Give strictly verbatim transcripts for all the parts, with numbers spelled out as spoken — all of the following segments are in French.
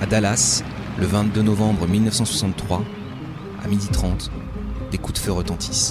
Dallas, le vingt-deux novembre mille neuf cent soixante-trois, à midi trente, des coups de feu retentissent.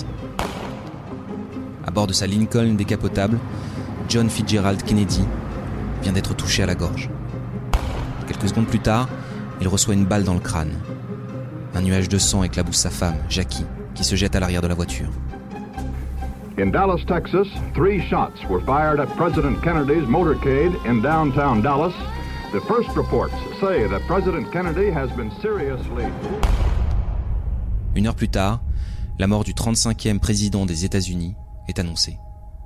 À bord de sa Lincoln décapotable, John Fitzgerald Kennedy vient d'être touché à la gorge. Quelques secondes plus tard, il reçoit une balle dans le crâne. Un nuage de sang éclabousse sa femme, Jackie, qui se jette à l'arrière de la voiture. In Dallas, Texas, three shots were fired at President Kennedy's motorcade in downtown Dallas. The first reports say that President Kennedy has been seriously... Une heure plus tard, la mort du trente-cinquième président des États-Unis est annoncée.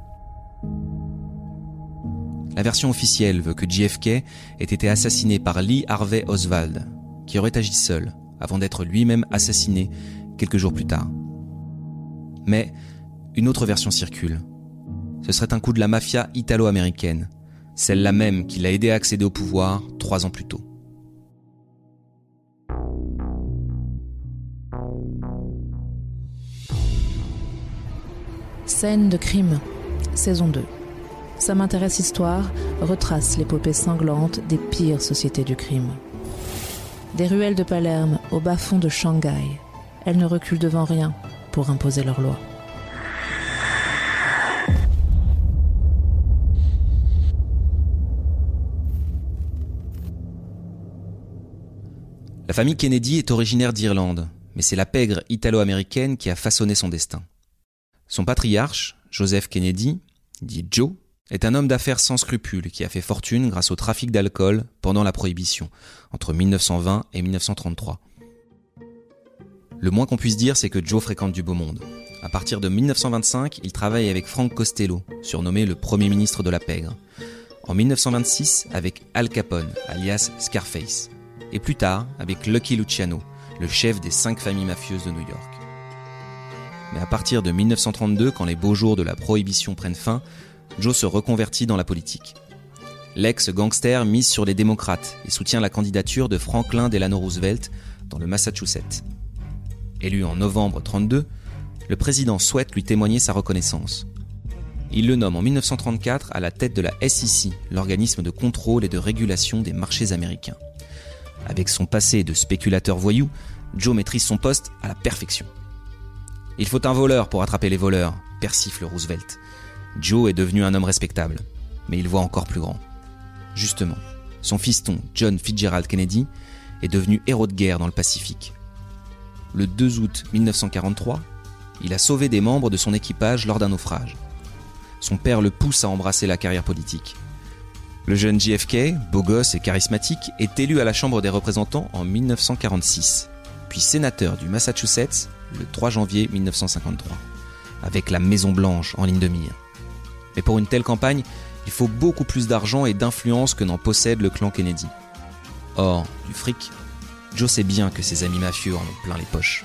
La version officielle veut que J F K ait été assassiné par Lee Harvey Oswald, qui aurait agi seul, avant d'être lui-même assassiné quelques jours plus tard. Mais une autre version circule. Ce serait un coup de la mafia italo-américaine, celle-là même qui l'a aidé à accéder au pouvoir trois ans plus tôt. Scène de crime, saison deux. Ça m'intéresse histoire retrace l'épopée sanglante des pires sociétés du crime. Des ruelles de Palerme au bas-fond de Shanghai, elles ne reculent devant rien pour imposer leurs lois. La famille Kennedy est originaire d'Irlande, mais c'est la pègre italo-américaine qui a façonné son destin. Son patriarche, Joseph Kennedy, dit Joe, est un homme d'affaires sans scrupules qui a fait fortune grâce au trafic d'alcool pendant la Prohibition, entre mille neuf cent vingt et mille neuf cent trente-trois. Le moins qu'on puisse dire, c'est que Joe fréquente du beau monde. À partir de mille neuf cent vingt-cinq, il travaille avec Frank Costello, surnommé le premier ministre de la pègre. En mille neuf cent vingt-six, avec Al Capone, alias Scarface. Et plus tard, avec Lucky Luciano, le chef des cinq familles mafieuses de New York. Mais à partir de mille neuf cent trente-deux, quand les beaux jours de la Prohibition prennent fin, Joe se reconvertit dans la politique. L'ex-gangster mise sur les démocrates et soutient la candidature de Franklin Delano Roosevelt dans le Massachusetts. Élu en novembre trente-deux, le président souhaite lui témoigner sa reconnaissance. Il le nomme en mille neuf cent trente-quatre à la tête de la S E C, l'organisme de contrôle et de régulation des marchés américains. Avec son passé de spéculateur voyou, Joe maîtrise son poste à la perfection. Il faut un voleur pour attraper les voleurs, persifle Roosevelt. Joe est devenu un homme respectable, mais il voit encore plus grand. Justement, son fiston John Fitzgerald Kennedy est devenu héros de guerre dans le Pacifique. Le deux août mille neuf cent quarante-trois, il a sauvé des membres de son équipage lors d'un naufrage. Son père le pousse à embrasser la carrière politique. Le jeune J F K, beau gosse et charismatique, est élu à la Chambre des représentants en mille neuf cent quarante-six, puis sénateur du Massachusetts le trois janvier mille neuf cent cinquante-trois, avec la Maison Blanche en ligne de mire. Mais pour une telle campagne, il faut beaucoup plus d'argent et d'influence que n'en possède le clan Kennedy. Or, du fric, Joe sait bien que ses amis mafieux en ont plein les poches.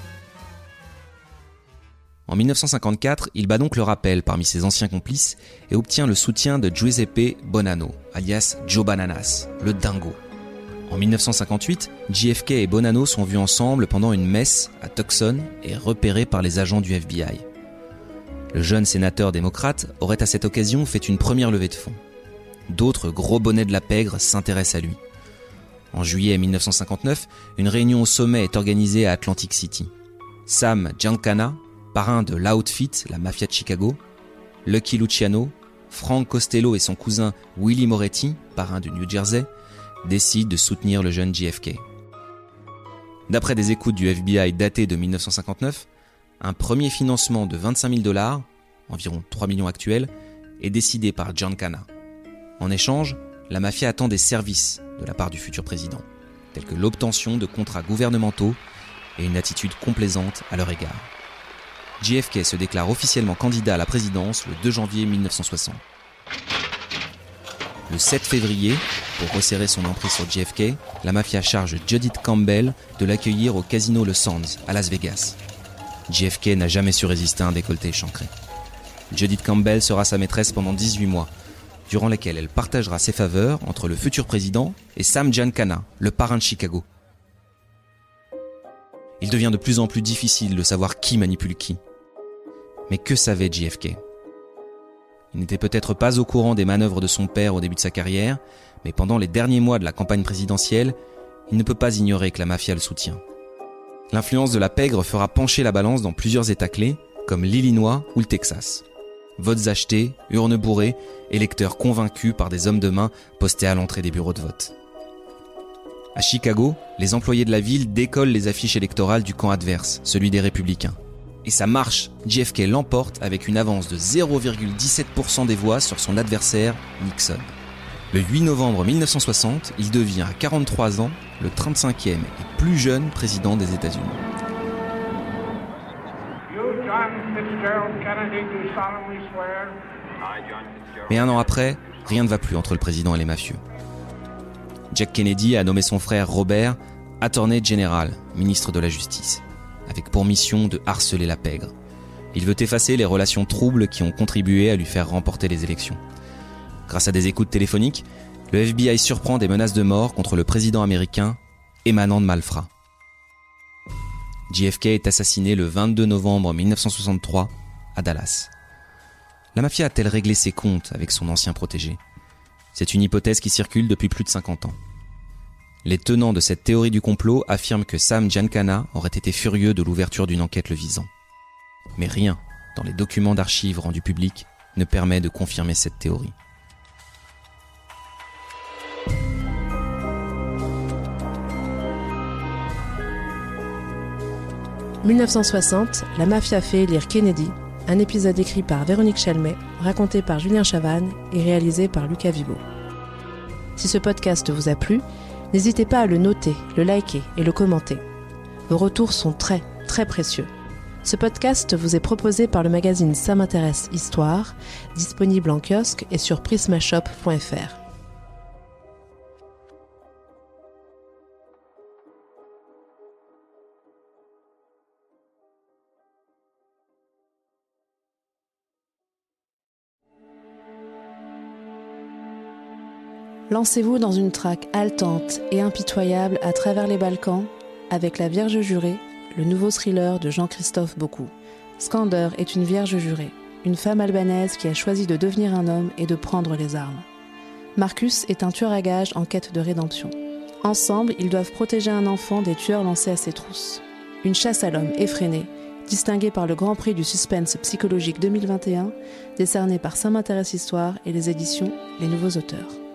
En mille neuf cent cinquante-quatre, il bat donc le rappel parmi ses anciens complices et obtient le soutien de Giuseppe Bonanno, alias Joe Bananas, le dingo. En mille neuf cent cinquante-huit, J F K et Bonanno sont vus ensemble pendant une messe à Tucson et repérés par les agents du F B I. Le jeune sénateur démocrate aurait à cette occasion fait une première levée de fonds. D'autres gros bonnets de la pègre s'intéressent à lui. En juillet mille neuf cent cinquante-neuf, une réunion au sommet est organisée à Atlantic City. Sam Giancana, parrain de l'Outfit, la mafia de Chicago, Lucky Luciano, Frank Costello et son cousin Willie Moretti, parrain du New Jersey, décident de soutenir le jeune J F K. D'après des écoutes du F B I datées de mille neuf cent cinquante-neuf, un premier financement de vingt-cinq mille dollars, environ trois millions actuels, est décidé par Giancana. En échange, la mafia attend des services de la part du futur président, tels que l'obtention de contrats gouvernementaux et une attitude complaisante à leur égard. J F K se déclare officiellement candidat à la présidence le deux janvier mille neuf cent soixante. Le sept février, pour resserrer son emprise sur J F K, la mafia charge Judith Campbell de l'accueillir au casino Le Sands, à Las Vegas. J F K n'a jamais su résister à un décolleté échancré. Judith Campbell sera sa maîtresse pendant dix-huit mois, durant lesquels elle partagera ses faveurs entre le futur président et Sam Giancana, le parrain de Chicago. Il devient de plus en plus difficile de savoir qui manipule qui. Mais que savait J F K ? Il n'était peut-être pas au courant des manœuvres de son père au début de sa carrière, mais pendant les derniers mois de la campagne présidentielle, il ne peut pas ignorer que la mafia le soutient. L'influence de la pègre fera pencher la balance dans plusieurs États clés, comme l'Illinois ou le Texas. Votes achetés, urnes bourrées, électeurs convaincus par des hommes de main postés à l'entrée des bureaux de vote. À Chicago, les employés de la ville décollent les affiches électorales du camp adverse, celui des républicains. Et ça marche, J F K l'emporte avec une avance de zéro virgule dix-sept pour cent des voix sur son adversaire, Nixon. Le huit novembre mille neuf cent soixante, il devient à quarante-trois ans le trente-cinquième et plus jeune président des États-Unis. Mais un an après, rien ne va plus entre le président et les mafieux. Jack Kennedy a nommé son frère Robert Attorney General, ministre de la Justice, avec pour mission de harceler la pègre. Il veut effacer les relations troubles qui ont contribué à lui faire remporter les élections. Grâce à des écoutes téléphoniques, le F B I surprend des menaces de mort contre le président américain émanant de malfrats. J F K est assassiné le vingt-deux novembre mille neuf cent soixante-trois à Dallas. La mafia a-t-elle réglé ses comptes avec son ancien protégé ? C'est une hypothèse qui circule depuis plus de cinquante ans. Les tenants de cette théorie du complot affirment que Sam Giancana aurait été furieux de l'ouverture d'une enquête le visant. Mais rien, dans les documents d'archives rendus publics, ne permet de confirmer cette théorie. dix-neuf cent soixante, la mafia fait élire Kennedy, un épisode écrit par Véronique Chalmet, raconté par Julien Chavannes et réalisé par Lucas Vibo. Si ce podcast vous a plu, n'hésitez pas à le noter, le liker et le commenter. Vos retours sont très, très précieux. Ce podcast vous est proposé par le magazine Ça m'intéresse Histoire, disponible en kiosque et sur prismashop point f r. Lancez-vous dans une traque haletante et impitoyable à travers les Balkans avec La Vierge jurée, le nouveau thriller de Jean-Christophe Beaucou. Skander est une vierge jurée, une femme albanaise qui a choisi de devenir un homme et de prendre les armes. Marcus est un tueur à gages en quête de rédemption. Ensemble, ils doivent protéger un enfant des tueurs lancés à ses trousses. Une chasse à l'homme effrénée, distinguée par le Grand Prix du suspense psychologique deux mille vingt et un, décerné par Ça m'intéresse Histoire et les éditions Les Nouveaux Auteurs.